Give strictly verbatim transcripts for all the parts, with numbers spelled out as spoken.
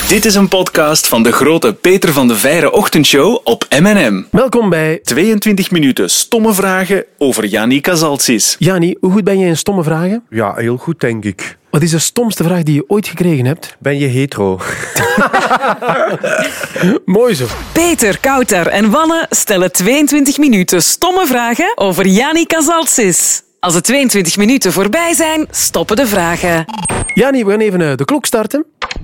Dit is een podcast van de grote Peter van de Veire ochtendshow op M en M. Welkom bij tweeëntwintig minuten stomme vragen over Yanni Casalcis. Yanni. Hoe goed ben je in stomme vragen? Ja, heel goed, denk ik. Wat is de stomste vraag die je ooit gekregen hebt? Ben je hetero? Mooi zo. Peter, Kouter en Wanne stellen tweeëntwintig minuten stomme vragen over Yanni Casalcis. Als de tweeëntwintig minuten voorbij zijn, stoppen de vragen. Yanni, we gaan even uh, de klok starten.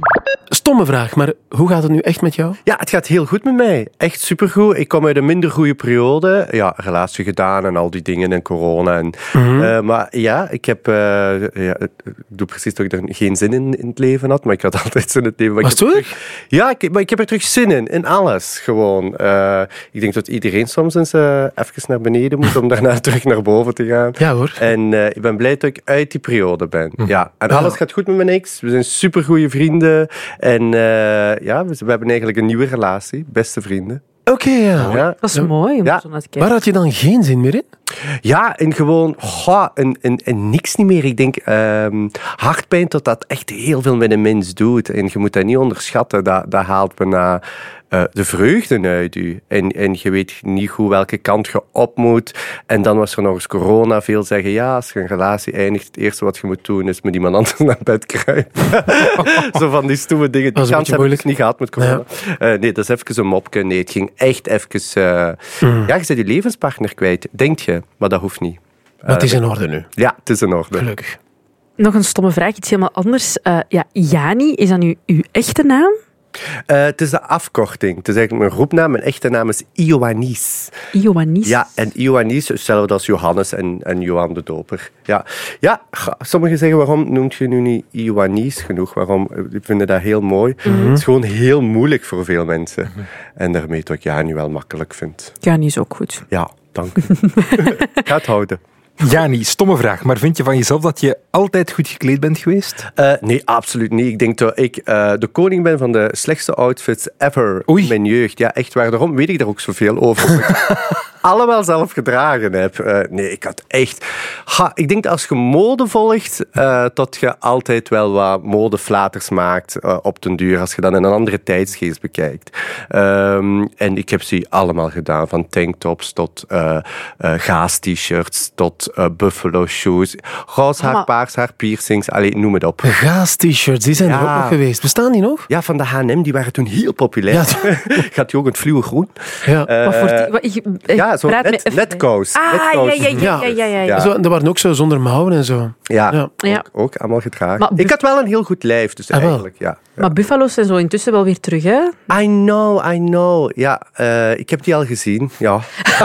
Stomme vraag, maar hoe gaat het nu echt met jou? Ja, het gaat heel goed met mij. Echt supergoed. Ik kom uit een minder goede periode. Ja, relatie gedaan en al die dingen en corona. En, mm-hmm. uh, maar ja, ik heb... Uh, ja, ik doe precies dat ik er geen zin in, in het leven had, maar ik had altijd zin in het leven. Was het zo? Ja, ik, maar ik heb er terug zin in. In alles, gewoon. Uh, ik denk dat iedereen soms eens uh, even naar beneden moet om daarna terug naar boven te gaan. Ja hoor. En uh, ik ben blij dat ik uit die periode ben. Mm. Ja, en alles ja. gaat goed met mijn ex. We zijn supergoeie vrienden. En uh, ja, we, we hebben eigenlijk een nieuwe relatie. Beste vrienden. Oké, okay, ja. ja. Dat is ja. mooi. Ja. Waar had je dan geen zin meer in? Ja, en gewoon oh, en, en, en niks niet meer. Ik denk, um, hartpijn tot dat echt heel veel met een mens doet. En je moet dat niet onderschatten. Dat, dat haalt me naar uh, de vreugde uit u. En, en je weet niet goed welke kant je op moet. En dan was er nog eens corona. Veel zeggen, ja, als je een relatie eindigt, het eerste wat je moet doen is met iemand anders naar bed kruipen. Zo van die stomme dingen. Die kans heb ik niet gehad met corona. Ja. Uh, nee, dat is even een mopje. Nee, het ging echt even... Uh, mm. Ja, je bent je levenspartner kwijt, denk je. Maar dat hoeft niet. Maar uh, het is in orde nu. Ja, het is in orde. Gelukkig. Nog een stomme vraag, iets helemaal anders. Uh, ja, Yanni, is dat nu uw echte naam? Uh, het is de afkorting. Het is eigenlijk mijn roepnaam. Mijn echte naam is Ioannis. Ioannis? Ja, en Ioannis is hetzelfde als Johannes en, en Johan de Doper. Ja, ja, sommigen zeggen, waarom noemt je nu niet Ioannis genoeg? Waarom? Ik vind dat heel mooi. Mm-hmm. Het is gewoon heel moeilijk voor veel mensen. Mm-hmm. En daarmee dat ik Yanni wel makkelijk vind. Yanni is ook goed. Ja, dank u. Ik ga het houden. Yanni, stomme vraag, maar vind je van jezelf dat je altijd goed gekleed bent geweest? Uh, nee, absoluut niet. Ik denk dat ik uh, de koning ben van de slechtste outfits ever Oei. in mijn jeugd. Ja, echt waar. Daarom weet ik daar ook zoveel over. Allemaal zelf gedragen heb. Uh, nee, ik had echt... Ha, ik denk dat als je mode volgt, uh, dat je altijd wel wat modeflaters maakt uh, op den duur, als je dan in een andere tijdsgeest bekijkt. Um, en ik heb ze allemaal gedaan, van tanktops tot uh, uh, gaas-t-shirts, tot uh, buffalo shoes, roze haar, maar... paars haar, piercings, allee, noem het op. Gaas-t-shirts, die zijn ja. er ook nog geweest. Bestaan die nog? Ja, van de H en M, die waren toen heel populair. Ja. Gaat die ook in het fluwe groen? Ja. Uh, wat voor die, wat, ik, ik, ja, zo net, netkous. Ah, netkous. ja, ja, ja. ja, ja, ja, ja. Zo, er waren ook zo zonder mouwen en zo. Ja, ja. ja. Ook, ook allemaal gedragen. Maar, ik had wel een heel goed lijf, dus ah, eigenlijk, ja. ja. Maar buffalo's zijn zo intussen wel weer terug, hè? I know, I know. Ja, uh, ik heb die al gezien, ja.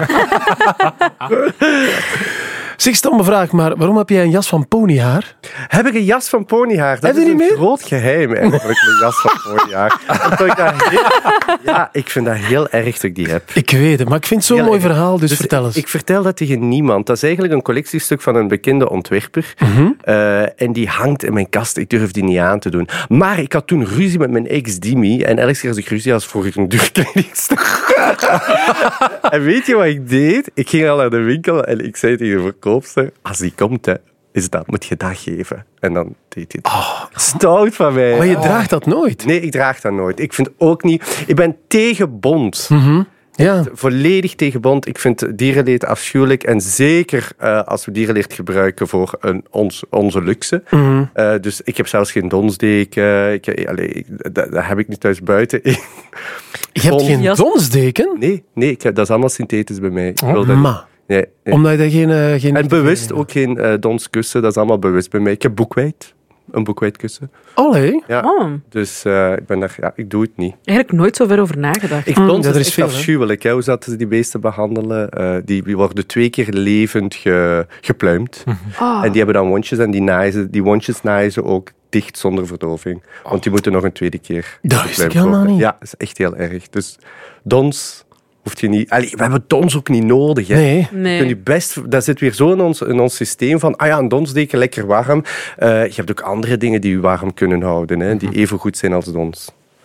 Zeg, stomme vraag, maar waarom heb jij een jas van ponyhaar? Heb ik een jas van ponyhaar? Dat heb is je niet een meer? groot geheim, eigenlijk, een jas van ponyhaar. ik heel, ja, ik vind dat heel erg dat ik die heb. Ik weet het, maar ik vind het zo'n mooi erg. verhaal, dus, dus vertel eens. Ik vertel dat tegen niemand. Dat is eigenlijk een collectiestuk van een bekende ontwerper. Mm-hmm. Uh, en die hangt in mijn kast. Ik durf die niet aan te doen. Maar ik had toen ruzie met mijn ex Dimi. En elke keer als ik ruzie had, vroeg ik een duur kledingstuk. En weet je wat ik deed? Ik ging al naar de winkel en ik zei tegen de verkoopster, als die komt, hè, is dat, moet je dat geven. En dan deed hij het. Oh. Stout van mij. Maar je draagt dat nooit? Nee, ik draag dat nooit. Ik vind ook niet... Ik ben tegen bont. Mm-hmm. Ja. Volledig tegen bont. Ik vind dierenleed afschuwelijk. En zeker uh, als we dierenleed gebruiken voor een, ons, onze luxe. Mm-hmm. Uh, dus ik heb zelfs geen donsdeken. Ik, allee, ik, dat, dat heb ik niet thuis buiten. Je hebt geen jas? donsdeken? Nee, nee ik, dat is allemaal synthetisch bij mij. Ik oh, wil dat ma. Nee, nee. Omdat je daar geen... Uh, geen en bewust ook geen uh, donskussen. Dat is allemaal bewust bij mij. Ik heb boekwijd. Een boekwijdkussen. Allee. Ja. Oh. Dus uh, ik ben daar, ja, ik doe het niet. Eigenlijk nooit zo ver over nagedacht. Ik dons mm, is, is echt veel, afschuwelijk. Hè? Hoe zaten ze die beesten behandelen? Uh, die, die worden twee keer levend ge, gepluimd. Oh. En die hebben dan wondjes. En die, naaien, die wondjes naaien ze ook dicht zonder verdoving. Want die moeten nog een tweede keer Dat wist ik helemaal niet. Ja, dat is echt heel erg. Dus dons... Hoeft je niet, allee, we hebben dons ook niet nodig. Hè. Nee. nee. Kun je best, dat zit weer zo in ons, in ons systeem van, ah ja, een donsdeken, lekker warm. Uh, je hebt ook andere dingen die je warm kunnen houden, hè, die even goed zijn als dons.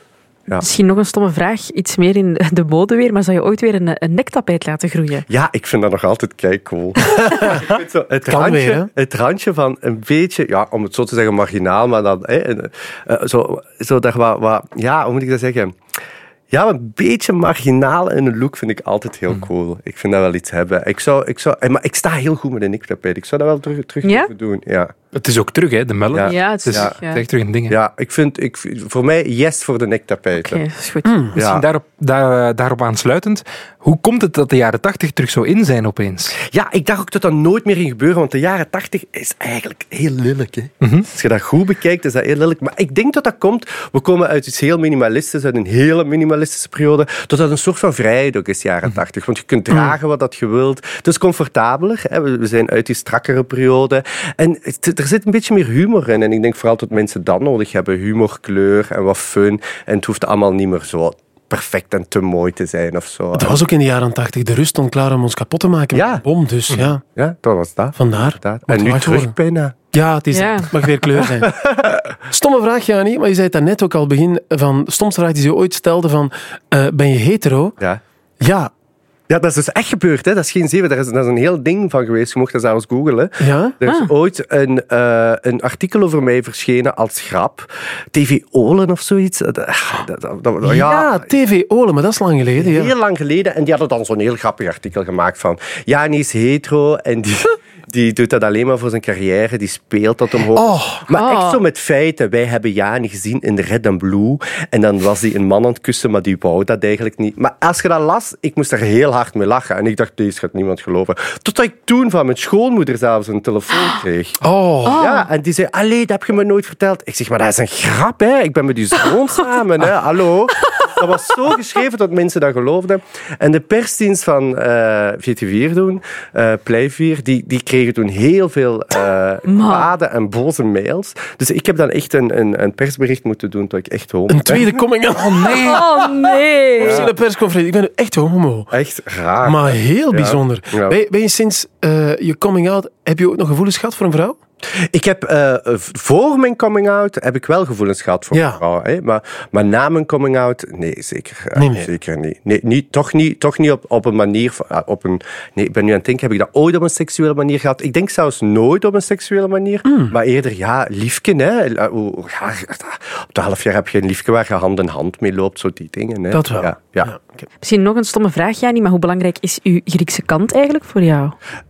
Ja. Misschien nog een stomme vraag, iets meer in de mode weer, maar zou je ooit weer een, een nektapijt laten groeien? Ja, ik vind dat nog altijd kei cool. Ik vind zo het, Kan randje, weer, hè? het randje van een beetje, ja, om het zo te zeggen, marginaal, maar dan hè, uh, zo, zo daar wat, wat, ja, hoe moet ik dat zeggen? Ja, een beetje marginaal in een look vind ik altijd heel cool. Ik vind dat wel iets hebben. Ik zou, ik zou, maar ik sta heel goed met een nektapijt. Ik zou dat wel terug, terug Ja? even doen. Ja. Het is ook terug, hè, de melk. Ja. Ja, het is, Het is, ja. het is echt terug een ding. hè. Ja, ik vind, ik, voor mij yes voor de nektapijten. Oké, dat is goed. Mm. Misschien Ja. daarop, daar, daarop aansluitend. Hoe komt het dat de jaren tachtig terug zo in zijn opeens? Ja, ik dacht ook dat dat nooit meer ging gebeuren, want de jaren tachtig is eigenlijk heel lelijk. Hè? Mhm. Als je dat goed bekijkt, is dat heel lelijk. Maar ik denk dat dat komt, we komen uit iets heel minimalistisch, uit een hele minimalistische periode, tot dat een soort van vrijheid ook is, jaren tachtig. Want je kunt dragen wat dat je wilt. Het is comfortabeler. Hè? We we zijn uit die strakkere periode. En het- er zit een beetje meer humor in. En ik denk vooral dat mensen dat nodig hebben. Humor, kleur en wat fun. En het hoeft allemaal niet meer zo perfect en te mooi te zijn of zo. Het was ook in de jaren tachtig. De rust stond klaar om ons kapot te maken met Ja. een bom. Dus ja, Ja, dat was dat. vandaar. Inderdaad. Moet En nu wacht terug worden. bijna. Ja, het, is, Ja. het mag weer kleur zijn. Stomme vraag, Jani, maar je zei het daarnet ook al begin van de stomste vraag die ze ooit stelde van uh, ben je hetero? Ja. Ja. Ja, dat is dus echt gebeurd. Hè. Dat is geen zeven. Daar is, dat is een heel ding van geweest. Je mocht dat zelfs googlen. Ja? Er is Ah. ooit een, uh, een artikel over mij verschenen als grap. T V Olen of zoiets. Dat, dat, dat, dat- ja, Ja, T V Olen, maar dat is lang geleden. Ja. heel lang geleden. En die hadden dan zo'n heel grappig artikel gemaakt van... Ja, die is hetero en die... Die doet dat alleen maar voor zijn carrière. Die speelt dat omhoog. Oh. maar Oh. echt zo met feiten. Wij hebben Jani gezien in de Red and Blue. En dan was hij een man aan het kussen, maar die wou dat eigenlijk niet. Maar als je dat las, ik moest er heel hard mee lachen. En ik dacht, deze gaat niemand geloven. Totdat ik toen van mijn schoonmoeder zelfs een telefoon kreeg. Oh. Ja, en die zei, allee, dat heb je me nooit verteld. Ik zeg, maar dat is een grap, hè. Ik ben met die zoon samen, hè. Hallo. Dat was zo geschreven dat mensen dat geloofden. En de persdienst van uh, V T vier toen, uh, Pleivier, die, die kregen toen heel veel uh, kwade en boze mails. Dus ik heb dan echt een, een, een persbericht moeten doen dat ik echt homo ben. Een tweede coming out. Oh nee. Oh nee! Officiële persconferentie. Ik ben echt homo. Echt raar. Maar heel bijzonder. Ja. Ben, je, ben je sinds uh, je coming out, heb je ook nog gevoelens gehad voor een vrouw? Ik heb uh, voor mijn coming-out heb ik wel gevoelens gehad voor Ja. een vrouw. Hè? Maar, maar na mijn coming-out, nee, zeker, uh, Nee, nee. zeker niet. Nee, niet. Toch niet, toch niet op, op een manier... Uh, op een, nee, ik ben nu aan het denken, heb ik dat ooit op een seksuele manier gehad? Ik denk zelfs nooit op een seksuele manier. Mm. Maar eerder, ja, liefken. Hè? Uh, hoe- ja, op de half jaar heb je een liefke waar je hand in hand mee loopt. Zo die dingen. Hè? Dat wel. Ja, ja. Ja, oké. Misschien nog een stomme vraag, Jani, maar hoe belangrijk is uw Griekse kant eigenlijk voor jou?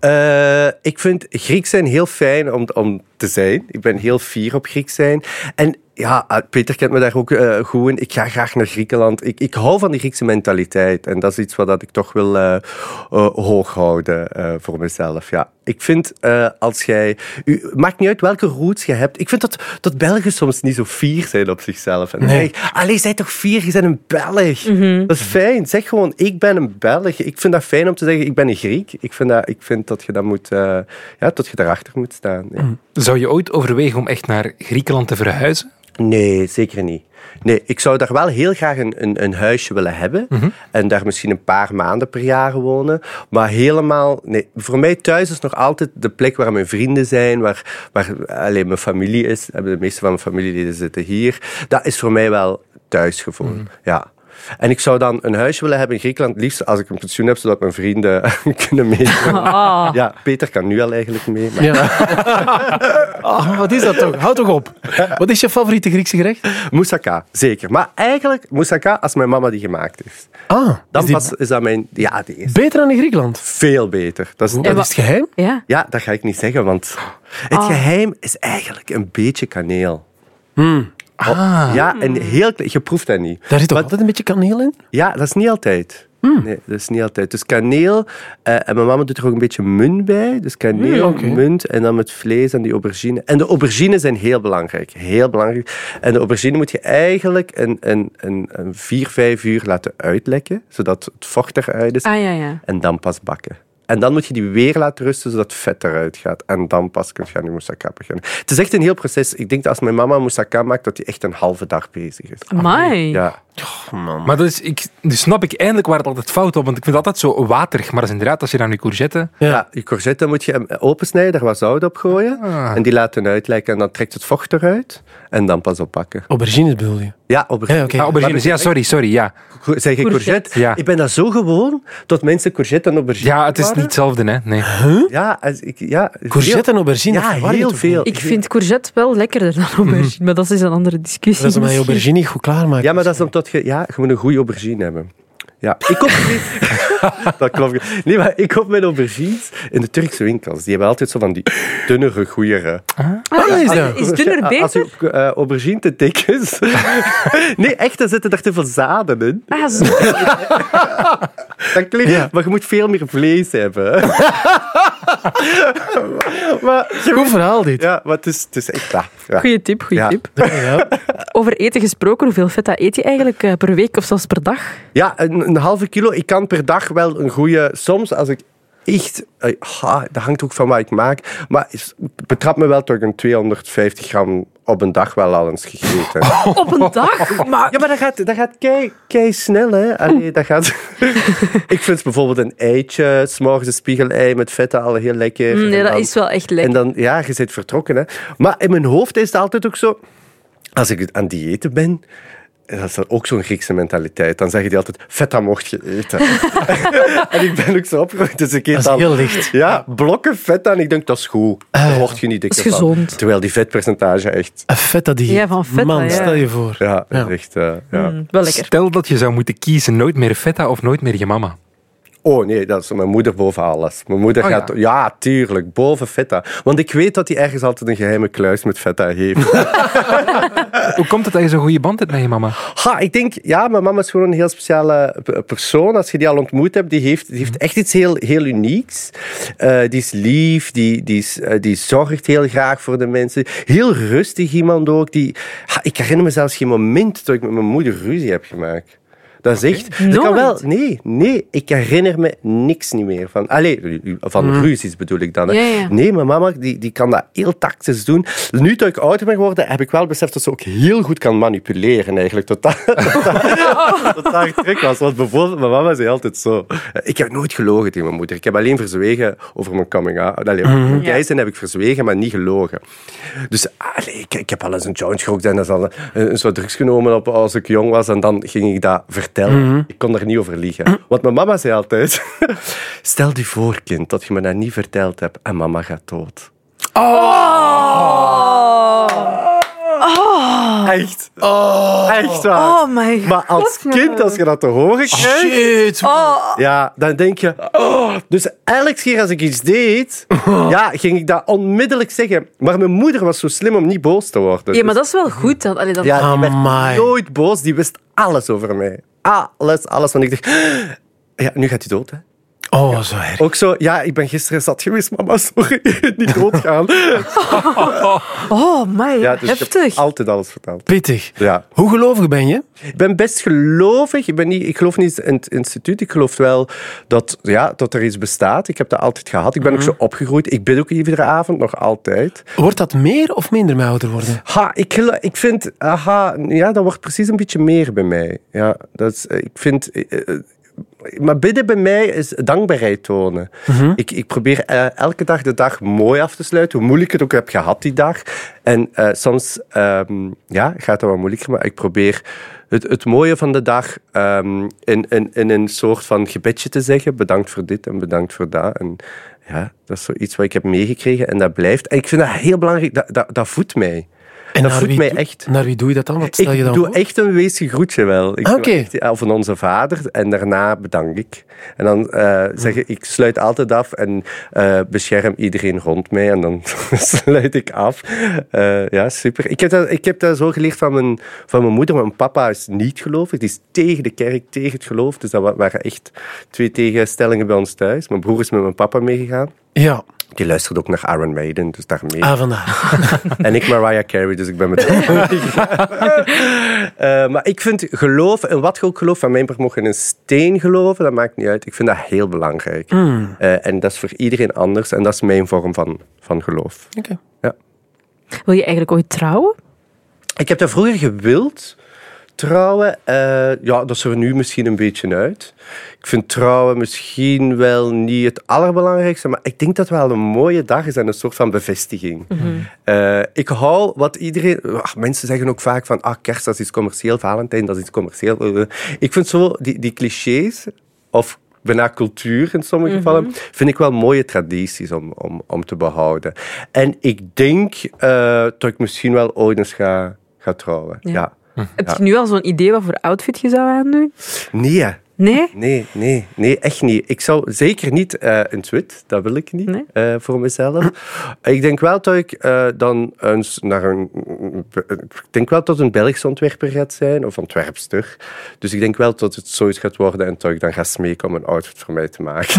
Uh, ik vind Grieks zijn heel fijn om, om te zijn. Ik ben heel fier op Grieks zijn. En ja, Peter kent me daar ook uh, goed in. Ik ga graag naar Griekenland. Ik, ik hou van die Griekse mentaliteit. En dat is iets wat dat ik toch wil uh, uh, hoog houden uh, voor mezelf. Ja. Ik vind, uh, als jij... U, maakt niet uit welke roots je hebt. Ik vind dat, dat Belgen soms niet zo fier zijn op zichzelf. En dan Nee. denk ik, allee, zij toch fier? Je bent een Belg. Mhm. Dat is fijn. Zeg gewoon, ik ben een Belg. Ik vind dat fijn om te zeggen, ik ben een Griek. Ik vind, dat, ik vind dat je dat moet... Uh, ja, dat je daarachter moet staan. Ja. Zou je ooit overwegen om echt naar Griekenland te verhuizen? Nee, zeker niet. Nee, ik zou daar wel heel graag een, een, een huisje willen hebben. Mm-hmm. En daar misschien een paar maanden per jaar wonen. Maar helemaal... Nee, voor mij thuis is nog altijd de plek waar mijn vrienden zijn, waar, waar alleen mijn familie is. De meeste van mijn familieleden zitten hier. Dat is voor mij wel thuisgevoel. Mm-hmm. Ja. En ik zou dan een huisje willen hebben in Griekenland, liefst als ik een pensioen heb, zodat mijn vrienden kunnen meedoen. Oh. Ja, Peter kan nu al eigenlijk mee. Maar... Ja. Oh, wat is dat toch? Houd toch op. Wat is je favoriete Griekse gerecht? Moussaka, zeker. Maar eigenlijk moussaka als mijn mama die gemaakt heeft. Ah, Dan is die pas is dat mijn... Ja, die is beter dan in Griekenland? veel beter. Dat is, Dat dat is het geheim? Ja. ja, dat ga ik niet zeggen, want het Ah. geheim is eigenlijk een beetje kaneel. Hmm. Oh, ja, en heel klein. Je proeft dat niet. Daar zit toch Maar- altijd een beetje kaneel in? Ja, dat is niet altijd. Nee, dat is niet altijd. Dus kaneel, eh, en mijn mama doet er ook een beetje munt bij. Dus kaneel, Mm, oké. munt en dan met vlees en die aubergine. En de aubergine zijn heel belangrijk. Heel belangrijk. En de aubergine moet je eigenlijk een, een, een, een vier, vijf uur laten uitlekken, zodat het vocht eruit is. Ah ja, ja. En dan pas bakken. En dan moet je die weer laten rusten, zodat het vet eruit gaat. En dan pas kun je aan je moussaka beginnen. Het is echt een heel proces. Ik denk dat als mijn mama moussaka maakt, dat hij echt een halve dag bezig is. Amai. Ja. Oh, man. Maar dat is, ik, dus snap ik eindelijk waar het altijd fout op, want ik vind het altijd zo waterig. Maar dat is inderdaad, als je dan je courgette... Ja. Ja, je courgette moet je opensnijden, daar wat zout op gooien. Ah. En die laten uitlekken en dan trekt het vocht eruit. En dan pas oppakken. Aubergines bedoel je? Ja, aubergine. Ja, oké. Ah, aubergines, ja, sorry, sorry, ja. Zeg je courgette? Ja. Ik ben dat zo gewoon, dat mensen courgette en aubergine Ja, het is waren. niet hetzelfde, hè. Nee. Ja, als ik, ja, Courgette en aubergine? Ja, verwar je heel toch veel. niet? Ik vind courgette wel lekkerder dan aubergine, maar dat is een andere discussie. Dat is omdat je misschien. aubergine niet goed klaarmaakt. Ja, maar dat is omdat je... Ja, je moet een goede aubergine hebben. Ja, ik koop... dat klopt. Nee, maar ik koop mijn aubergines in de Turkse winkels. Die hebben altijd zo van die dunnere, goeiere... Ah, ja, is dat? Is dunner beter? Als je uh, aubergine te dik is... nee, echt, dan zitten er te veel zaden in. Ah, zo. Dat klinkt... Ja. Maar je moet veel meer vlees hebben. maar, Goed verhaal, dit. ja, maar het is, het is echt... Ja, ja. Goeie tip, goeie Ja. tip. Ja. Over eten gesproken, hoeveel feta eet je eigenlijk eh, per week of zelfs per dag? Ja, een, een halve kilo. Ik kan per dag wel een goede... Soms, als ik echt... eh, ah, dat hangt ook van wat ik maak. Maar is- ik betrap me wel toch een tweehonderdvijftig gram op een dag wel al eens gegeten. Op een dag? Maar Ja, maar dat gaat, dat gaat kei, kei snel, hè. Allee, dat gaat... ik vind bijvoorbeeld een eitje, 's morgens een spiegelei met feta al heel lekker. nee, En dat dan- is wel echt En lekker. dan, ja, je zit vertrokken, hè. Maar in mijn hoofd is het altijd ook zo... Als ik aan diëten ben... Dat is ook zo'n Griekse mentaliteit. Dan zeggen die altijd, feta mocht je eten. en ik ben ook zo opgegroeid. Dus ik eet Dat is dan heel licht. ja, blokken feta en ik denk, dat is goed. Daar word je niet dikker Dat is van. gezond. Terwijl die vetpercentage echt... Een feta die... Ja, van feta, Man, ja. stel je voor. Ja, Ja. echt... eh, ja. Mm, wel lekker. Stel dat je zou moeten kiezen, nooit meer feta of nooit meer je mama. Oh nee, dat is mijn moeder boven alles. Mijn moeder Oh, ja. gaat... Ja, tuurlijk, boven feta. Want ik weet dat hij ergens altijd een geheime kluis met feta heeft. Hoe komt het dat je zo'n goede band hebt met je mama? Ha, ik denk, ja, mijn mama is gewoon een heel speciale p- persoon. Als je die al ontmoet hebt, die heeft, die heeft echt iets heel, heel unieks. Eh, die is lief, die, die, is, eh, die zorgt heel graag voor de mensen. Heel rustig iemand ook. Die, ha, ik herinner me zelfs geen moment dat ik met mijn moeder ruzie heb gemaakt. Dat is echt... Dat kan wel, nee, nee, ik herinner me niks niet meer van. Allee, van ruzies bedoel ik dan. Hè. Ja, ja. Nee, mijn mama die, die kan dat heel tactisch doen. Nu dat ik ouder ben geworden, heb ik wel beseft dat ze ook heel goed kan manipuleren eigenlijk. Tot dat, tot daar terug was. Want bijvoorbeeld, mijn mama zei altijd zo... Ik heb nooit gelogen tegen mijn moeder. Ik heb alleen verzwegen over mijn coming out. Allee, over mijn gay zijn heb ik verzwegen, maar niet gelogen. Dus allee, ik, ik heb al eens een joint gerookt en dat is al een, een soort drugs genomen op, als ik jong was. En dan ging ik dat vertellen. Ik kon er niet over liegen. Want mijn mama zei altijd... Stel je voor, kind, dat je me dat niet verteld hebt en mama gaat dood. Echt. Echt waar. Oh my god. Maar als kind, als je dat te horen krijgt... Shit. Ja, dan denk je... Oh. Dus elke keer als ik iets deed, ja, ging ik dat onmiddellijk zeggen. Maar mijn moeder was zo slim om niet boos te worden. Ja, maar dat is wel goed. Dan. Allee, dat... Ja, die werd Amai. nooit boos. Die wist alles over mij. Alles, alles. Want ik dacht... Ja, nu gaat hij dood, hè. Oh, zo erg. Ook zo, ja, ik ben gisteren zat geweest, mama, sorry, niet doodgaan. Oh, my. Ja, dus ik Heftig. heb altijd alles verteld. Pittig. Ja. Hoe gelovig ben je? Ik ben best gelovig. Ik, ben niet, ik geloof niet in het instituut. Ik geloof wel dat, ja, dat er iets bestaat. Ik heb dat altijd gehad. Ik ben ook zo opgegroeid. Ik bid ook iedere avond, nog altijd. Wordt dat meer of minder met ouder worden? Ha, ik, gelo- ik vind... Aha, ja, dat wordt precies een beetje meer bij mij. Ja, dat is, ik vind... eh, eh, Maar bidden bij mij is dankbaarheid tonen. Ik, ik probeer eh, elke dag de dag mooi af te sluiten, hoe moeilijk ik het ook heb gehad die dag. En eh, soms ehm, ja, gaat dat wat moeilijker, maar ik probeer het, het mooie van de dag ehm, in, in, in een soort van gebedje te zeggen. Bedankt voor dit en bedankt voor dat. En ja, dat is zoiets wat ik heb meegekregen en dat blijft. En ik vind dat heel belangrijk, dat, dat, dat voedt mij. En Dat naar voedt wie mij doe- echt. Naar wie doe je dat dan? Wat stel je Ik dan doe voor? echt een weesje groetje wel. Ik Ah, doe oké. echt, ja, van onze vader. En daarna bedank ik. En dan uh, zeg ik, ik sluit altijd af en uh, bescherm iedereen rond mij. En dan sluit ik af. Uh, ja, super. Ik heb, dat, ik heb dat zo geleerd van mijn, van mijn moeder. Mijn papa is niet gelovig. Die is tegen de kerk, tegen het geloof. Dus dat waren echt twee tegenstellingen bij ons thuis. Mijn broer is met mijn papa meegegaan. Ja. Die luistert ook naar Iron Maiden, dus daarmee. Ah, vandaar. En ik Mariah Carey, dus ik ben met uh, Maar ik vind geloof, en wat je ook gelooft, van mij mag je in een steen geloven, dat maakt niet uit. Ik vind dat heel belangrijk. Mm. Uh, en dat is voor iedereen anders. En dat is mijn vorm van, van geloof. Okay. Ja. Wil je eigenlijk ooit trouwen? Ik heb dat vroeger gewild, Trouwen, uh, ja, dat is er nu misschien een beetje uit. Ik vind trouwen misschien wel niet het allerbelangrijkste, maar ik denk dat het wel een mooie dag is en een soort van bevestiging. Mm-hmm. Uh, ik hou wat iedereen... Ach, mensen zeggen ook vaak van, ah, kerst, dat is iets commercieel, Valentijn, dat is iets commercieel. Uh, ik vind zo die, die clichés, of bijna cultuur in sommige mm-hmm. gevallen, vind ik wel mooie tradities om, om, om te behouden. En ik denk uh, dat ik misschien wel ooit eens ga, ga trouwen. Ja. Ja. Hm. Heb je nu al zo'n idee wat voor outfit je zou aandoen? Nee. Nee? Nee, nee, nee, echt niet. Ik zou zeker niet uh, in het wit, dat wil ik niet nee? uh, voor mezelf. Ik denk wel dat ik uh, dan eens naar een... Ik denk wel dat het een Belgische ontwerper gaat zijn, of ontwerpster. Dus ik denk wel dat het zoiets gaat worden en dat ik dan ga smeken om een outfit voor mij te maken.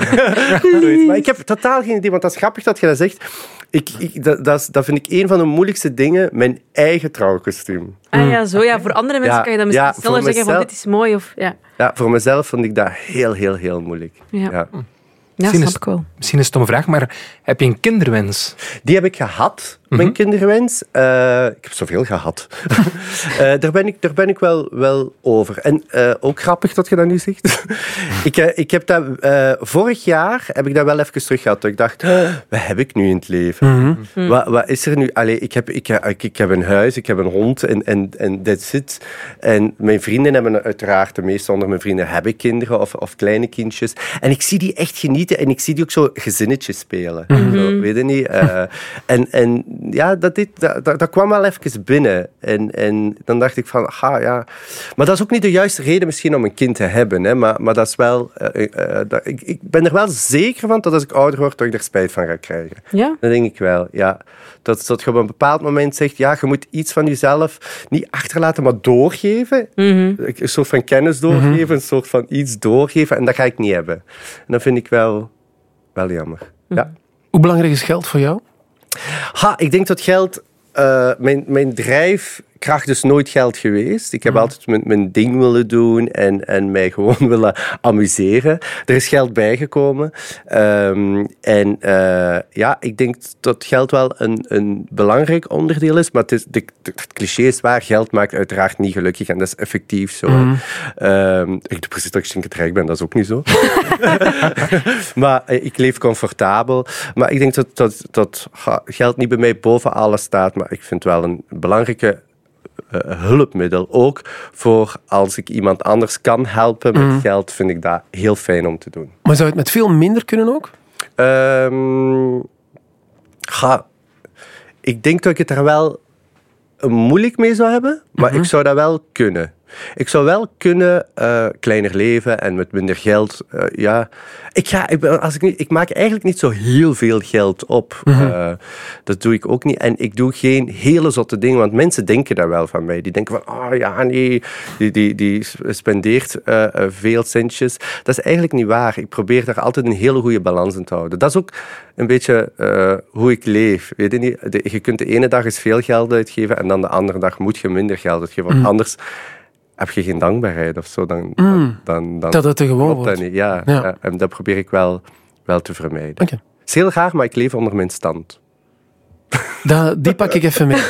Maar ik heb totaal geen idee, want dat is grappig dat je dat zegt. Ik, ik, dat, dat, dat vind ik een van de moeilijkste dingen, mijn eigen trouwkostuum. Ah ja, zo ja. Voor andere mensen ja, kan je dan misschien ja, sneller zeggen mezelf, van dit is mooi. Of, ja. ja, voor mezelf vond ik dat heel, heel, heel moeilijk. Ja, ja. ja snap ik wel. Misschien is het een stomme vraag, maar heb je een kinderwens? Die heb ik gehad, mijn mm-hmm. kinderwens. Uh, ik heb zoveel gehad. uh, daar, ben ik, daar ben ik wel, wel over. En uh, ook grappig dat je dat nu zegt. ik, uh, ik heb dat, uh, vorig jaar heb ik dat wel even terug gehad. Ik dacht, uh, wat heb ik nu in het leven? Mm-hmm. Mm. Wat, wat is er nu? Allee, ik, heb, ik, ik, ik heb een huis, ik heb een hond en, en, en that's it. En mijn vrienden hebben uiteraard, de meeste onder mijn vrienden hebben kinderen of, of kleine kindjes. En ik zie die echt genieten en ik zie die ook zo gezinnetjes spelen. Mm-hmm. Zo, weet je niet? Uh, en, en ja, dat, dit, dat, dat, dat kwam wel even binnen. En, en dan dacht ik van, ha, ja. Maar dat is ook niet de juiste reden misschien om een kind te hebben. Hè. Maar, maar dat is wel... Uh, uh, dat, ik, ik ben er wel zeker van dat als ik ouder word, dat ik er spijt van ga krijgen. Ja? Dat denk ik wel, ja. Dat, dat je op een bepaald moment zegt, ja, je moet iets van jezelf niet achterlaten, maar doorgeven. Mm-hmm. Een soort van kennis doorgeven, mm-hmm. een soort van iets doorgeven. En dat ga ik niet hebben. En dat vind ik wel, wel jammer. Mm-hmm. Ja. Hoe belangrijk is geld voor jou? Ha, ik denk dat geld... Uh, mijn, mijn drijfkracht is nooit geld geweest. Ik heb mm. altijd mijn, mijn ding willen doen en, en mij gewoon willen amuseren. Er is geld bijgekomen. Um, en uh, ja, ik denk dat geld wel een, een belangrijk onderdeel is. Maar het, is, de, de, het cliché is waar, geld maakt uiteraard niet gelukkig. En dat is effectief zo. Mm. Um, ik doe precies dat ik stinkend rijk ben, dat is ook niet zo. Maar uh, ik leef comfortabel. Maar ik denk dat, dat, dat ha, geld niet bij mij boven alles staat. Maar ik vind het wel een belangrijke uh, hulpmiddel. Ook voor als ik iemand anders kan helpen met mm. geld, vind ik dat heel fijn om te doen. Maar zou je het met veel minder kunnen ook? Um, ga, ik denk dat ik het er wel moeilijk mee zou hebben, maar mm-hmm. ik zou dat wel kunnen. Ik zou wel kunnen uh, kleiner leven en met minder geld. Uh, ja. ik, ga, ik, als ik, niet, ik maak eigenlijk niet zo heel veel geld op. Mm-hmm. Uh, dat doe ik ook niet. En ik doe geen hele zotte dingen, want mensen denken dat wel van mij. Die denken van, oh ja, nee, die, die, die spendeert uh, uh, veel centjes. Dat is eigenlijk niet waar. Ik probeer daar altijd een hele goede balans in te houden. Dat is ook een beetje uh, hoe ik leef. Weet je niet? De, je kunt de ene dag eens veel geld uitgeven en dan de andere dag moet je minder geld uitgeven. Want mm. anders heb je geen dankbaarheid of zo. Dan, mm. dan, dan, dat het er gewoon wordt. Niet. Ja, ja. ja, en dat probeer ik wel, wel te vermijden. Okay. Het is heel raar, maar ik leef onder mijn stand. Dat, die pak ik even mee.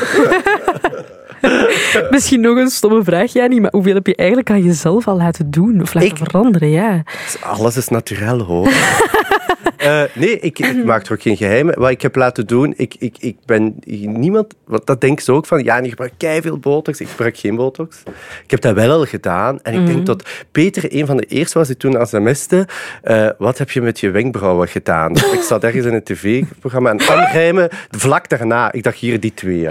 Misschien nog een stomme vraag, Jani, maar hoeveel heb je eigenlijk aan jezelf al laten doen of laten ik, veranderen? Ja. Alles is natuurlijk hoor. Uh, nee, ik, ik maak er ook geen geheimen. Wat ik heb laten doen, ik, ik, ik ben niemand... Want dat denken ze ook van, ja, je gebruikt keiveel botox. Ik gebruik geen botox. Ik heb dat wel al gedaan. En ik mm-hmm. denk dat Peter een van de eerste was die toen sms'te. Uh, wat heb je met je wenkbrauwen gedaan? Dus ik zat ergens in een tv-programma en aanrijmen vlak daarna. Ik dacht, hier, die twee.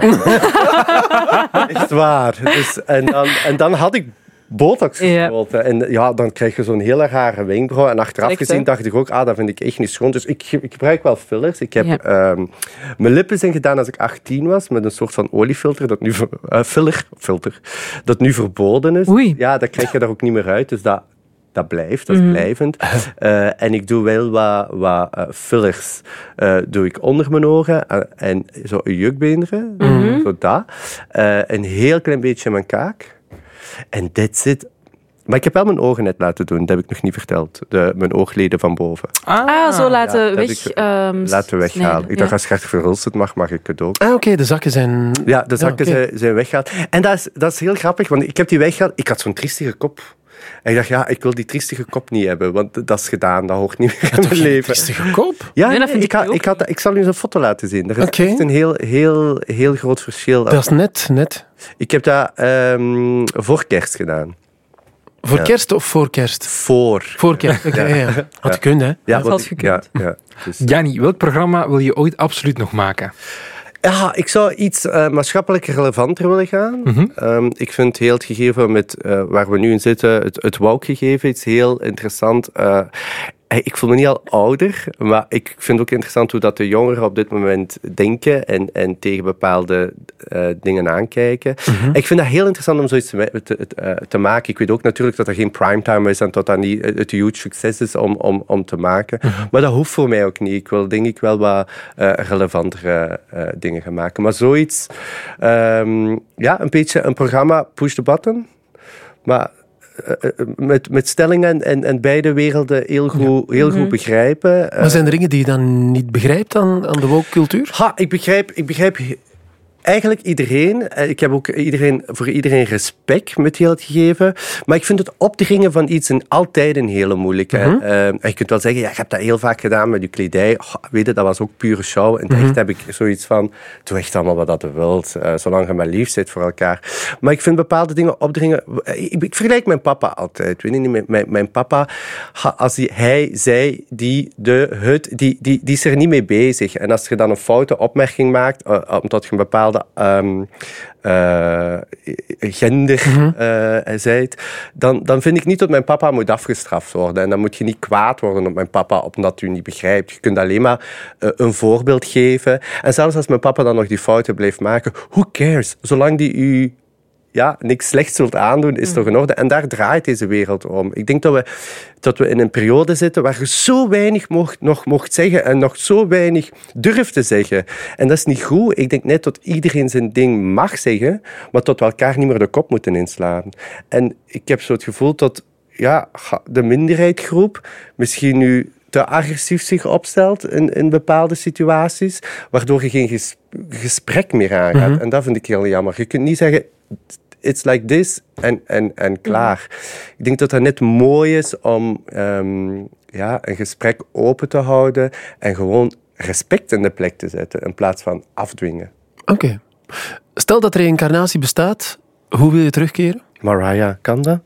Echt waar. Dus, en, dan, en dan had ik botox gespoten. Ja. En ja, dan krijg je zo'n hele rare wenkbrauw. En achteraf Direct, gezien dacht ik ook, ah, dat vind ik echt niet schoon. Dus ik, ik gebruik wel fillers. Ik heb ja. um, mijn lippen zijn gedaan als ik achttien was, met een soort van oliefilter, dat nu, uh, filler, filter, dat nu verboden is. Oei. Ja, dat krijg je daar ook niet meer uit. Dus dat, dat blijft, dat is mm. blijvend. Uh, en ik doe wel wat, wat uh, fillers uh, doe ik onder mijn ogen. Uh, en zo een jukbeenderen, mm-hmm. zo dat. Uh, een heel klein beetje mijn kaak. En that's it. Maar ik heb wel mijn ogen net laten doen, dat heb ik nog niet verteld. De, mijn oogleden van boven. Ah, zo laten Ja, dat weg... heb ik ehm, laten weghalen. snijden. Ik dacht, Ja. als Gert Verhulst het mag, mag ik het ook. Ah, oké, okay, de zakken zijn... Ja, de zakken Ja, okay. zijn, zijn weggehaald. En dat is, dat is heel grappig, want ik heb die weggehaald. Ik had zo'n triestige kop. En ik dacht, ja, ik wil die triestige kop niet hebben, want dat is gedaan, dat hoort niet meer in mijn leven. Triestige kop? Ja, Nee, dat nee, vind ik, ik had, ook ik, had, ik zal u eens een foto laten zien. Er is Oké. echt een heel, heel, heel groot verschil. Dat is net, net. Ik heb dat um, voor kerst gedaan. Voor Ja. kerst of voor kerst? Voor. Voor kerst, oké. Okay, ja. ja. Had gekund, hè? Ja, Dat want had ik- gekund. Ja, ja. Dus, Jannie, welk programma wil je ooit absoluut nog maken? ja, ik zou iets uh, maatschappelijk relevanter willen gaan. Mm-hmm. Um, ik vind heel het gegeven met, uh, waar we nu in zitten, het, het woke-gegeven, iets heel interessant. Uh, ik voel me niet al ouder, maar ik vind ook interessant hoe dat de jongeren op dit moment denken en, en tegen bepaalde uh, dingen aankijken. Mm-hmm. Ik vind dat heel interessant om zoiets te, te, uh, te maken. Ik weet ook natuurlijk dat er geen primetime is en dat dat niet het huge succes is om, om, om te maken. Mm-hmm. Maar dat hoeft voor mij ook niet. Ik wil denk ik wel wat uh, relevantere uh, dingen gaan maken. Maar zoiets, um, ja, een beetje een programma, push the button, maar Met, met stellingen en, en beide werelden heel goed, heel goed begrijpen. Maar zijn er dingen die je dan niet begrijpt aan, aan de woke-cultuur? Ha, ik begrijp, ik begrijp eigenlijk iedereen. Ik heb ook iedereen, voor iedereen respect met heel het gegeven. Maar ik vind het opdringen van iets een, altijd een hele moeilijke. Mm-hmm. Uh, je kunt wel zeggen, ja, je hebt dat heel vaak gedaan met je kledij. Oh, weet je, dat was ook pure show. En mm-hmm. echt heb ik zoiets van, doe echt allemaal wat dat je wilt. Uh, zolang je maar lief zit voor elkaar. Maar ik vind bepaalde dingen opdringen... Ik, ik vergelijk mijn papa altijd. Weet je niet, mijn, mijn papa, als hij, hij zij, die, de, het, die, die, die is er niet mee bezig. En als je dan een foute opmerking maakt, uh, omdat je een bepaalde Um, uh, gender mm-hmm. uh, zijt, dan, dan vind ik niet dat mijn papa moet afgestraft worden. En dan moet je niet kwaad worden op mijn papa omdat u niet begrijpt. Je kunt alleen maar uh, een voorbeeld geven. En zelfs als mijn papa dan nog die fouten blijft maken, who cares? Zolang die u ja, niks slechts zult aandoen, is toch in orde. En daar draait deze wereld om. Ik denk dat we, dat we in een periode zitten waar je zo weinig mocht, nog mocht zeggen en nog zo weinig durft te zeggen. En dat is niet goed. Ik denk net dat iedereen zijn ding mag zeggen, maar dat we elkaar niet meer de kop moeten inslaan. En ik heb zo het gevoel dat ja, de minderheidsgroep misschien nu te agressief zich opstelt in, in bepaalde situaties, waardoor je geen ges, gesprek meer aangaat. Mm-hmm. En dat vind ik heel jammer. Je kunt niet zeggen, it's like this en, en, en klaar. Mm. Ik denk dat dat net mooi is om um, ja, een gesprek open te houden en gewoon respect in de plek te zetten in plaats van afdwingen. Oké. Okay. Stel dat reïncarnatie bestaat, hoe wil je terugkeren? Mariah, kan dat?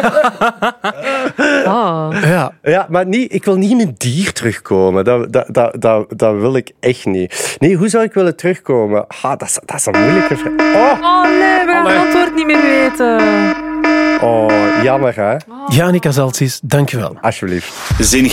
Oh. Ja. Ja, maar niet, ik wil niet in een dier terugkomen. Dat, dat, dat, dat, dat wil ik echt niet. Nee, hoe zou ik willen terugkomen? Ah, dat, is, dat is een moeilijke vraag. Oh. oh nee, we gaan het antwoord niet meer weten. Oh, jammer hè? Jannie Casaltzis, dankjewel. Alsjeblieft. Zin